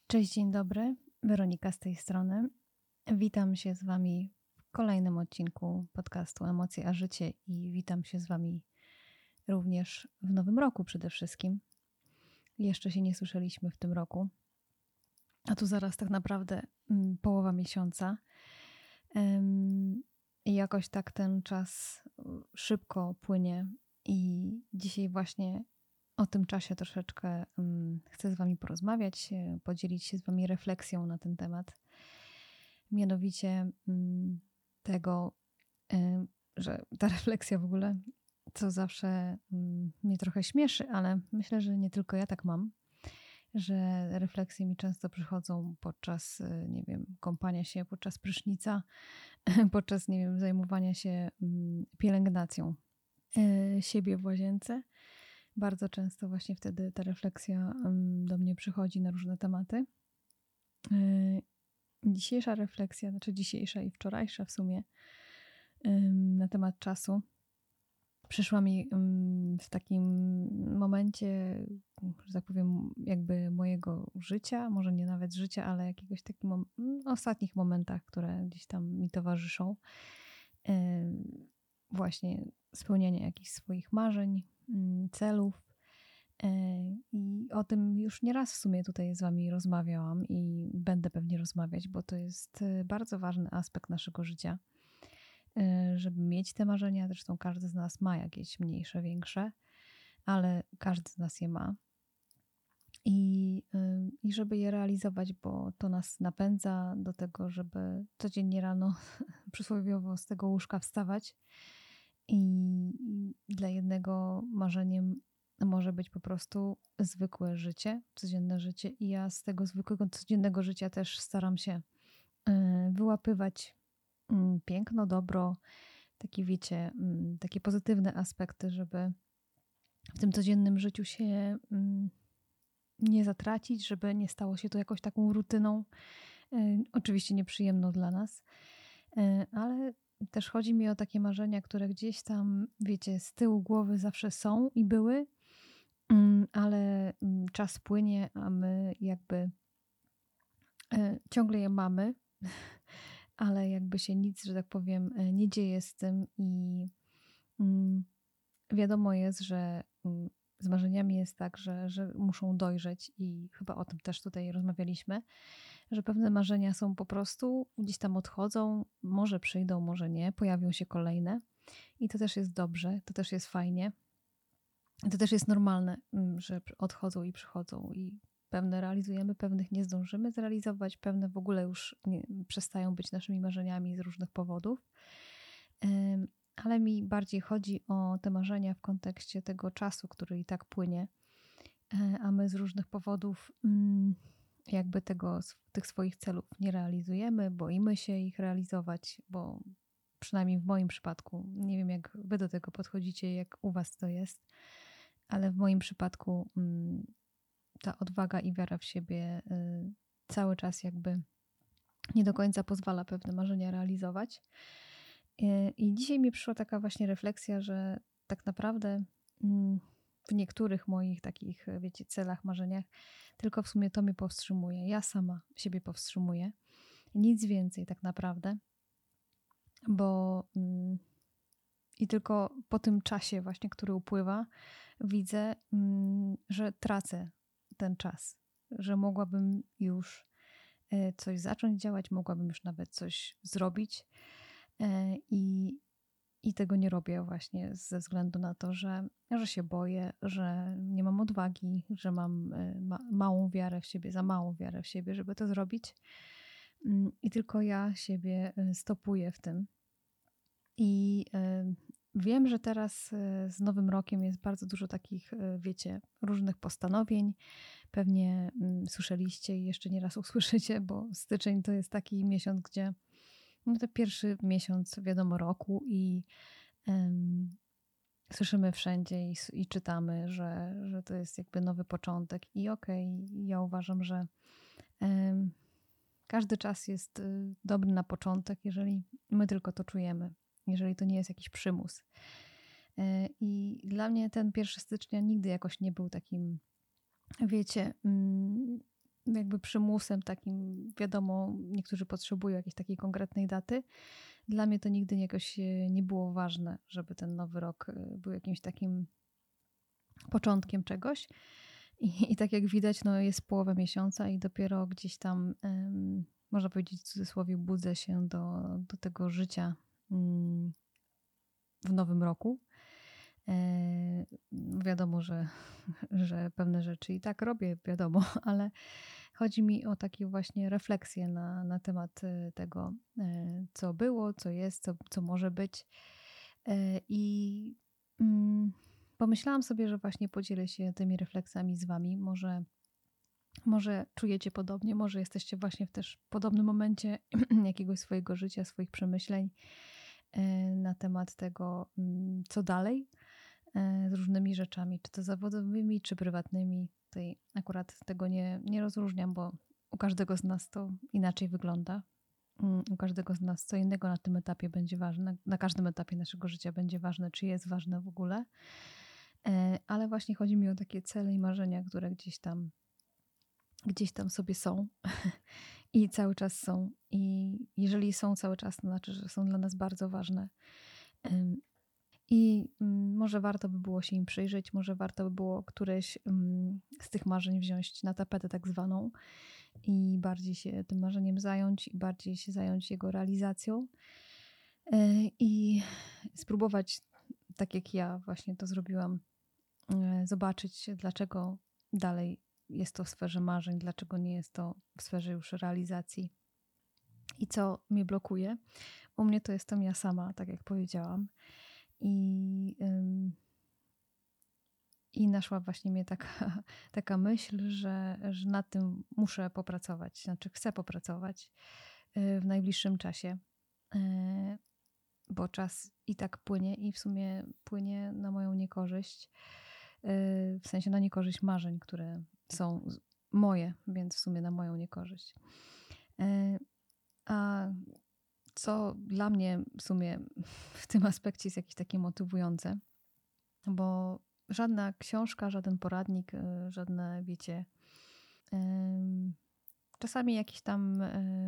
Cześć, dzień dobry. Weronika z tej strony. Witam się z Wami w kolejnym odcinku podcastu Emocje a Życie i witam się z Wami również w nowym roku przede wszystkim. Jeszcze się nie słyszeliśmy w tym roku, a tu zaraz tak naprawdę połowa miesiąca. I jakoś tak ten czas szybko płynie i dzisiaj właśnie o tym czasie troszeczkę chcę z Wami porozmawiać, podzielić się z Wami refleksją na ten temat. Mianowicie tego, że ta refleksja w ogóle, co zawsze mnie trochę śmieszy, ale myślę, że nie tylko ja tak mam, że refleksje mi często przychodzą podczas, nie wiem, kąpania się, podczas prysznica, podczas, nie wiem, zajmowania się pielęgnacją siebie w łazience. Bardzo często właśnie wtedy ta refleksja do mnie przychodzi na różne tematy. Dzisiejsza refleksja, znaczy dzisiejsza i wczorajsza w sumie, na temat czasu przyszła mi w takim momencie, że tak powiem, jakby mojego życia, może nie nawet życia, ale jakiegoś takich ostatnich momentach, które gdzieś tam mi towarzyszą. Właśnie spełnianie jakichś swoich marzeń, celów. I o tym już nieraz w sumie tutaj z Wami rozmawiałam i będę pewnie rozmawiać, bo to jest bardzo ważny aspekt naszego życia, żeby mieć te marzenia. Zresztą każdy z nas ma jakieś mniejsze, większe, ale każdy z nas je ma. I żeby je realizować, bo to nas napędza do tego, żeby codziennie rano przysłowiowo z tego łóżka wstawać. I dla jednego marzeniem może być po prostu zwykłe życie, codzienne życie. I ja z tego zwykłego, codziennego życia też staram się wyłapywać piękno, dobro, takie wiecie, takie pozytywne aspekty, żeby w tym codziennym życiu się nie zatracić, żeby nie stało się to jakąś taką rutyną, oczywiście nieprzyjemną dla nas, ale też chodzi mi o takie marzenia, które gdzieś tam, wiecie, z tyłu głowy zawsze są i były, ale czas płynie, a my jakby ciągle je mamy, ale jakby się nic, że tak powiem, nie dzieje z tym i wiadomo jest, że z marzeniami jest tak, że muszą dojrzeć i chyba o tym też tutaj rozmawialiśmy, że pewne marzenia są po prostu, gdzieś tam odchodzą, może przyjdą, może nie, pojawią się kolejne i to też jest dobrze, to też jest fajnie. To też jest normalne, że odchodzą i przychodzą i pewne realizujemy, pewnych nie zdążymy zrealizować, pewne w ogóle już przestają być naszymi marzeniami z różnych powodów. Ale mi bardziej chodzi o te marzenia w kontekście tego czasu, który i tak płynie, a my z różnych powodów jakby tych swoich celów nie realizujemy, boimy się ich realizować, bo przynajmniej w moim przypadku, nie wiem jak wy do tego podchodzicie, jak u was to jest, ale w moim przypadku ta odwaga i wiara w siebie cały czas jakby nie do końca pozwala pewne marzenia realizować. I dzisiaj mi przyszła taka właśnie refleksja, że tak naprawdę w niektórych moich takich, wiecie, celach, marzeniach tylko w sumie to mnie powstrzymuje. Ja sama siebie powstrzymuję. Nic więcej tak naprawdę, bo i tylko po tym czasie właśnie, który upływa, widzę, że tracę ten czas, że mogłabym już coś zacząć działać, mogłabym już nawet coś zrobić i tego nie robię właśnie ze względu na to, że się boję, że nie mam odwagi, że mam małą wiarę w siebie, za małą wiarę w siebie, żeby to zrobić i tylko ja siebie stopuję w tym. I wiem, że teraz z Nowym Rokiem jest bardzo dużo takich, wiecie, różnych postanowień. Pewnie słyszeliście i jeszcze nie raz usłyszycie, bo styczeń to jest taki miesiąc, gdzie no to pierwszy miesiąc, wiadomo, roku i słyszymy wszędzie i czytamy, że to jest jakby nowy początek. I ja uważam, że każdy czas jest dobry na początek, jeżeli my tylko to czujemy, jeżeli to nie jest jakiś przymus. I dla mnie ten 1 stycznia nigdy jakoś nie był takim, wiecie, jakby przymusem takim, wiadomo, niektórzy potrzebują jakiejś takiej konkretnej daty. Dla mnie to nigdy jakoś nie było ważne, żeby ten nowy rok był jakimś takim początkiem czegoś. I tak jak widać, no jest połowa miesiąca i dopiero gdzieś tam, można powiedzieć w cudzysłowie, budzę się do tego życia w nowym roku. Wiadomo, że pewne rzeczy i tak robię, wiadomo, ale chodzi mi o takie właśnie refleksje na temat tego, co było, co jest, co może być. I pomyślałam sobie, że właśnie podzielę się tymi refleksjami z wami. Może czujecie podobnie, może jesteście właśnie w też podobnym momencie jakiegoś swojego życia, swoich przemyśleń na temat tego, co dalej z różnymi rzeczami, czy to zawodowymi, czy prywatnymi. Tutaj akurat tego nie rozróżniam, bo u każdego z nas to inaczej wygląda. U każdego z nas co innego na tym etapie będzie ważne, na każdym etapie naszego życia będzie ważne, czy jest ważne w ogóle. Ale właśnie chodzi mi o takie cele i marzenia, które gdzieś tam sobie są i cały czas są. I jeżeli są cały czas, to znaczy, że są dla nas bardzo ważne. I może warto by było się im przyjrzeć, może warto by było któreś z tych marzeń wziąć na tapetę tak zwaną i bardziej się tym marzeniem zająć i bardziej się zająć jego realizacją i spróbować, tak jak ja właśnie to zrobiłam, zobaczyć, dlaczego dalej jest to w sferze marzeń, dlaczego nie jest to w sferze już realizacji i co mnie blokuje. U mnie to jestem ja sama, tak jak powiedziałam. I naszła właśnie mnie taka myśl, że nad tym muszę popracować, znaczy chcę popracować w najbliższym czasie, bo czas i tak płynie i w sumie płynie na moją niekorzyść, w sensie na niekorzyść marzeń, które są moje, więc w sumie na moją niekorzyść. A co dla mnie w sumie w tym aspekcie jest jakieś takie motywujące, bo żadna książka, żaden poradnik, żadne, wiecie, czasami jakieś tam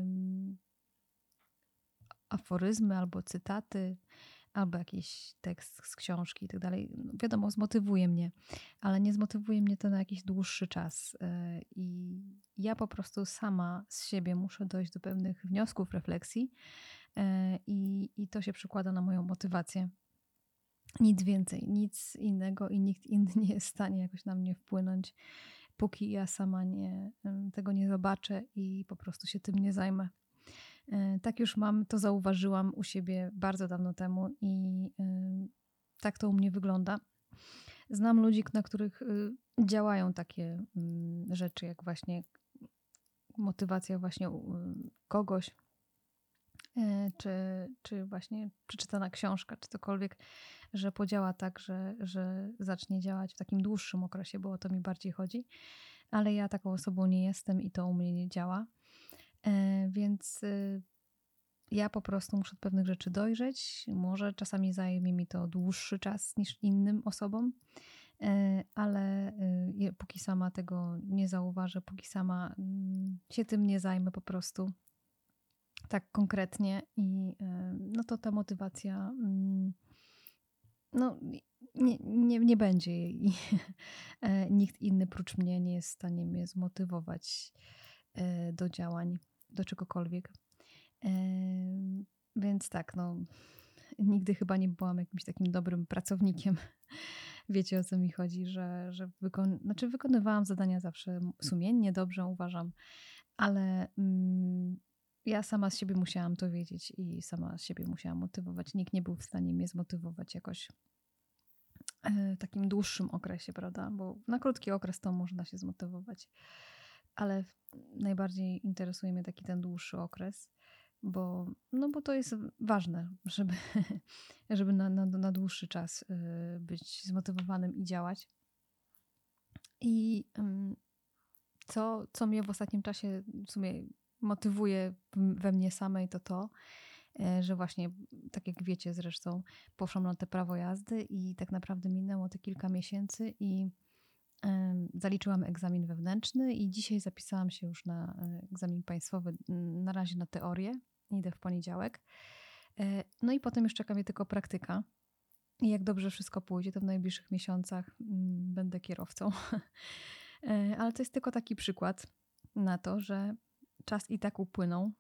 aforyzmy albo cytaty, albo jakiś tekst z książki i tak dalej. No wiadomo, zmotywuje mnie, ale nie zmotywuje mnie to na jakiś dłuższy czas. I ja po prostu sama z siebie muszę dojść do pewnych wniosków, refleksji i to się przekłada na moją motywację. Nic więcej, nic innego i nikt inny nie jest w stanie jakoś na mnie wpłynąć, póki ja sama tego nie zobaczę i po prostu się tym nie zajmę. Tak już mam, to zauważyłam u siebie bardzo dawno temu i tak to u mnie wygląda. Znam ludzi, na których działają takie rzeczy, jak właśnie motywacja właśnie kogoś, czy właśnie przeczytana książka, czy cokolwiek, że podziała tak, że zacznie działać w takim dłuższym okresie, bo o to mi bardziej chodzi. Ale ja taką osobą nie jestem i to u mnie nie działa. Więc ja po prostu muszę od pewnych rzeczy dojrzeć. Może czasami zajmie mi to dłuższy czas niż innym osobom, ale póki sama tego nie zauważę, póki sama się tym nie zajmę po prostu tak konkretnie i no to ta motywacja no nie będzie jej i nikt inny prócz mnie nie jest w stanie mnie zmotywować do działań, do czegokolwiek. Więc tak, no nigdy chyba nie byłam jakimś takim dobrym pracownikiem. Wiecie, o co mi chodzi, że wykonywałam zadania zawsze sumiennie, dobrze uważam, ale ja sama z siebie musiałam to wiedzieć i sama z siebie musiałam motywować. Nikt nie był w stanie mnie zmotywować jakoś w takim dłuższym okresie, prawda? Bo na krótki okres to można się zmotywować, ale najbardziej interesuje mnie taki ten dłuższy okres, bo to jest ważne, żeby na dłuższy czas być zmotywowanym i działać. I co mnie w ostatnim czasie w sumie motywuje we mnie samej, to, że właśnie, tak jak wiecie zresztą, poszłam na te prawo jazdy i tak naprawdę minęło te kilka miesięcy i Zaliczyłam egzamin wewnętrzny i dzisiaj zapisałam się już na egzamin państwowy, na razie na teorię. Idę w poniedziałek. No i potem już czeka mnie tylko praktyka. I jak dobrze wszystko pójdzie, to w najbliższych miesiącach będę kierowcą. Ale to jest tylko taki przykład na to, że czas i tak upłynął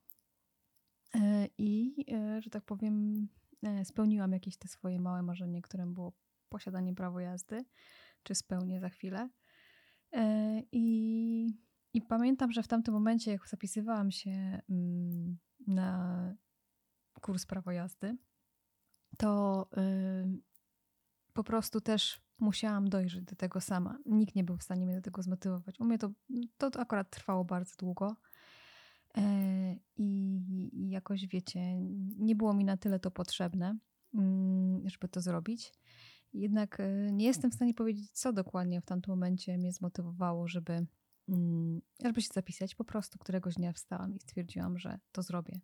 i, że tak powiem, spełniłam jakieś te swoje małe marzenie, którym było posiadanie prawa jazdy, czy spełnię za chwilę. I pamiętam, że w tamtym momencie, jak zapisywałam się na kurs prawo jazdy, to po prostu też musiałam dojrzeć do tego sama. Nikt nie był w stanie mnie do tego zmotywować. U mnie to akurat trwało bardzo długo. I jakoś, wiecie, nie było mi na tyle to potrzebne, żeby to zrobić. Jednak nie jestem w stanie powiedzieć, co dokładnie w tamtym momencie mnie zmotywowało, żeby się zapisać. Po prostu któregoś dnia wstałam i stwierdziłam, że to zrobię.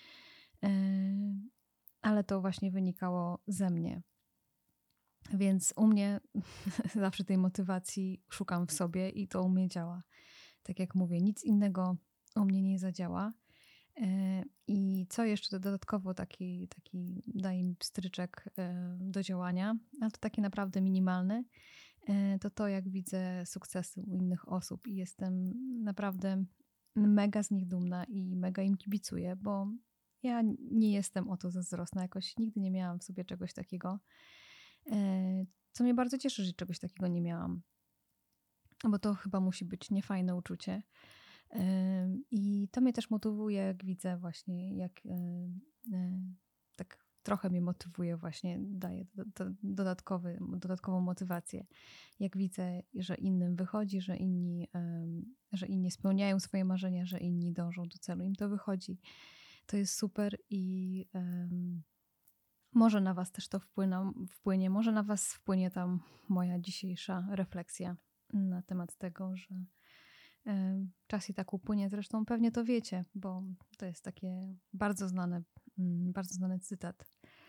Ale to właśnie wynikało ze mnie. Więc u mnie zawsze tej motywacji szukam w sobie i to u mnie działa. Tak jak mówię, nic innego u mnie nie zadziała. I co jeszcze dodatkowo taki daje mi pstryczek do działania, ale to taki naprawdę minimalny, to jak widzę sukcesy u innych osób i jestem naprawdę mega z nich dumna i mega im kibicuję, bo ja nie jestem o to zazdrosna, jakoś nigdy nie miałam w sobie czegoś takiego, co mnie bardzo cieszy, że czegoś takiego nie miałam, bo to chyba musi być niefajne uczucie. I to mnie też motywuje, jak widzę właśnie, jak tak trochę mnie motywuje właśnie, daje dodatkową motywację. Jak widzę, że innym wychodzi, że inni spełniają swoje marzenia, że inni dążą do celu, im to wychodzi. To jest super i może na was też to wpłynie, może na was wpłynie tam moja dzisiejsza refleksja na temat tego, że czas i tak upłynie. Zresztą pewnie to wiecie, bo to jest takie bardzo znany cytat,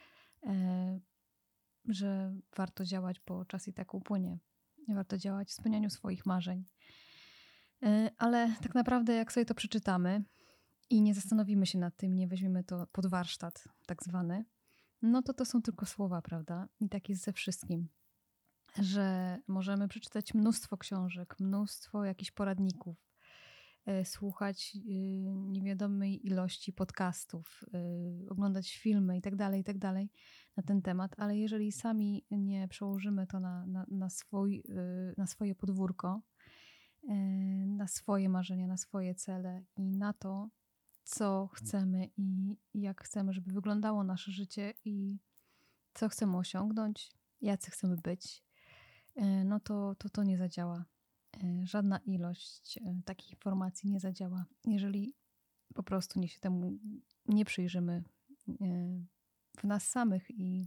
że warto działać, bo czas i tak upłynie. Warto działać w spełnianiu swoich marzeń. Ale tak naprawdę jak sobie to przeczytamy i nie zastanowimy się nad tym, nie weźmiemy to pod warsztat tak zwany, no to są tylko słowa, prawda? I tak jest ze wszystkim. Że możemy przeczytać mnóstwo książek, mnóstwo jakichś poradników, słuchać niewiadomej ilości podcastów, oglądać filmy i tak dalej na ten temat, ale jeżeli sami nie przełożymy to na swoje podwórko, na swoje marzenia, na swoje cele i na to, co chcemy i jak chcemy, żeby wyglądało nasze życie i co chcemy osiągnąć, jacy chcemy być, no to nie zadziała. Żadna ilość takich informacji nie zadziała, jeżeli po prostu się temu nie przyjrzymy w nas samych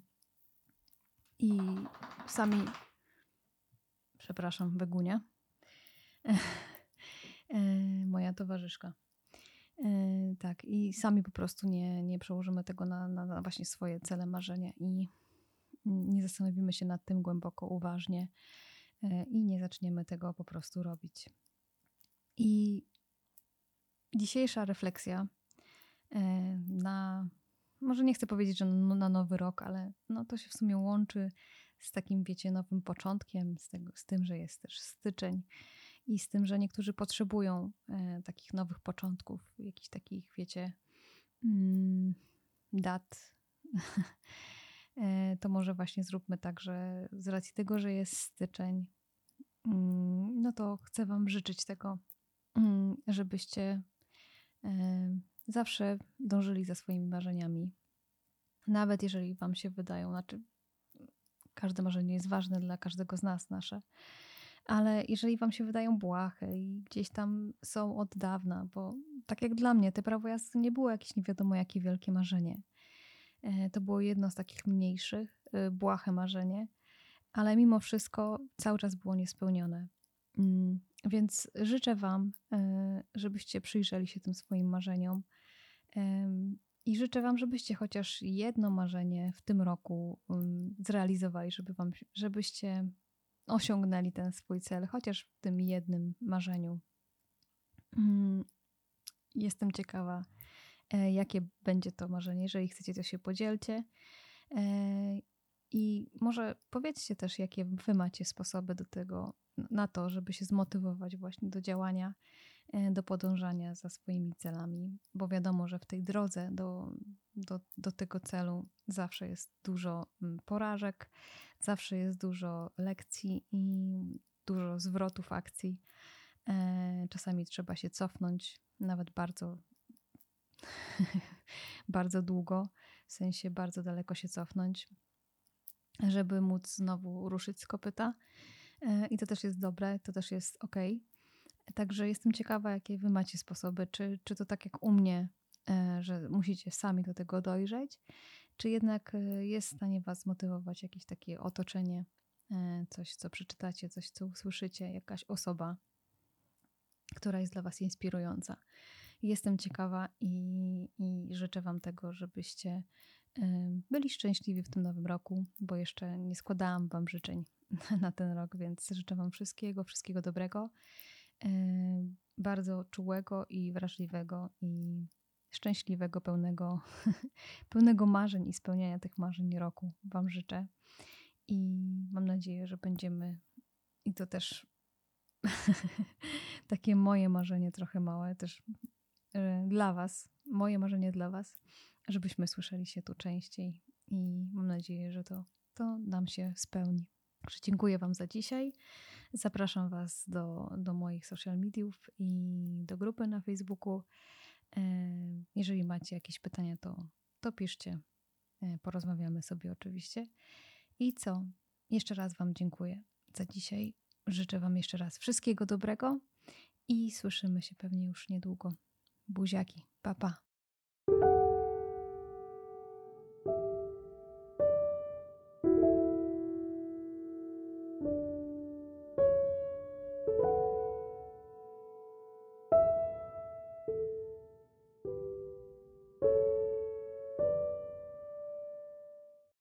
i sami, przepraszam, Begunia, moja towarzyszka. Tak, i sami po prostu nie przełożymy tego na właśnie swoje cele, marzenia i nie zastanowimy się nad tym głęboko, uważnie i nie zaczniemy tego po prostu robić. I dzisiejsza refleksja może nie chcę powiedzieć, że na nowy rok, ale no to się w sumie łączy z takim, wiecie, nowym początkiem, z tym, że jest też styczeń i z tym, że niektórzy potrzebują takich nowych początków, jakichś takich, wiecie, dat. To może właśnie zróbmy tak, że z racji tego, że jest styczeń, no to chcę wam życzyć tego, żebyście zawsze dążyli za swoimi marzeniami. Nawet jeżeli wam się wydają, każde marzenie jest ważne dla każdego z nas, nasze, ale jeżeli wam się wydają błahe i gdzieś tam są od dawna, bo tak jak dla mnie, te prawo jazdy nie było jakieś nie wiadomo jakie wielkie marzenie. To było jedno z takich mniejszych, błahe marzenie, ale mimo wszystko cały czas było niespełnione. Więc życzę wam, żebyście przyjrzeli się tym swoim marzeniom i życzę wam, żebyście chociaż jedno marzenie w tym roku zrealizowali, żebyście osiągnęli ten swój cel, chociaż w tym jednym marzeniu. Mm, Jestem ciekawa, jakie będzie to marzenie. Jeżeli chcecie, to się podzielcie. I może powiedzcie też, jakie wy macie sposoby do tego, na to, żeby się zmotywować właśnie do działania, do podążania za swoimi celami, bo wiadomo, że w tej drodze do tego celu zawsze jest dużo porażek, zawsze jest dużo lekcji i dużo zwrotów akcji. Czasami trzeba się cofnąć, nawet bardzo, bardzo długo, w sensie bardzo daleko się cofnąć, żeby móc znowu ruszyć z kopyta. I to też jest dobre, to też jest okej. Także jestem ciekawa, jakie wy macie sposoby. Czy to tak jak u mnie, że musicie sami do tego dojrzeć, czy jednak jest w stanie was zmotywować jakieś takie otoczenie, coś, co przeczytacie, coś, co usłyszycie, jakaś osoba, która jest dla was inspirująca. Jestem ciekawa i życzę wam tego, żebyście byli szczęśliwi w tym nowym roku, bo jeszcze nie składałam wam życzeń na ten rok, więc życzę wam wszystkiego dobrego, bardzo czułego i wrażliwego i szczęśliwego, pełnego marzeń i spełniania tych marzeń roku wam życzę. I mam nadzieję, że będziemy, i to też takie moje marzenie trochę małe, też dla was, moje marzenie dla was, żebyśmy słyszeli się tu częściej i mam nadzieję, że to nam się spełni. Także dziękuję wam za dzisiaj. Zapraszam was do moich social mediów i do grupy na Facebooku. Jeżeli macie jakieś pytania, to piszcie. Porozmawiamy sobie oczywiście. I co? Jeszcze raz wam dziękuję za dzisiaj. Życzę wam jeszcze raz wszystkiego dobrego i słyszymy się pewnie już niedługo. Buziaki. Pa, pa.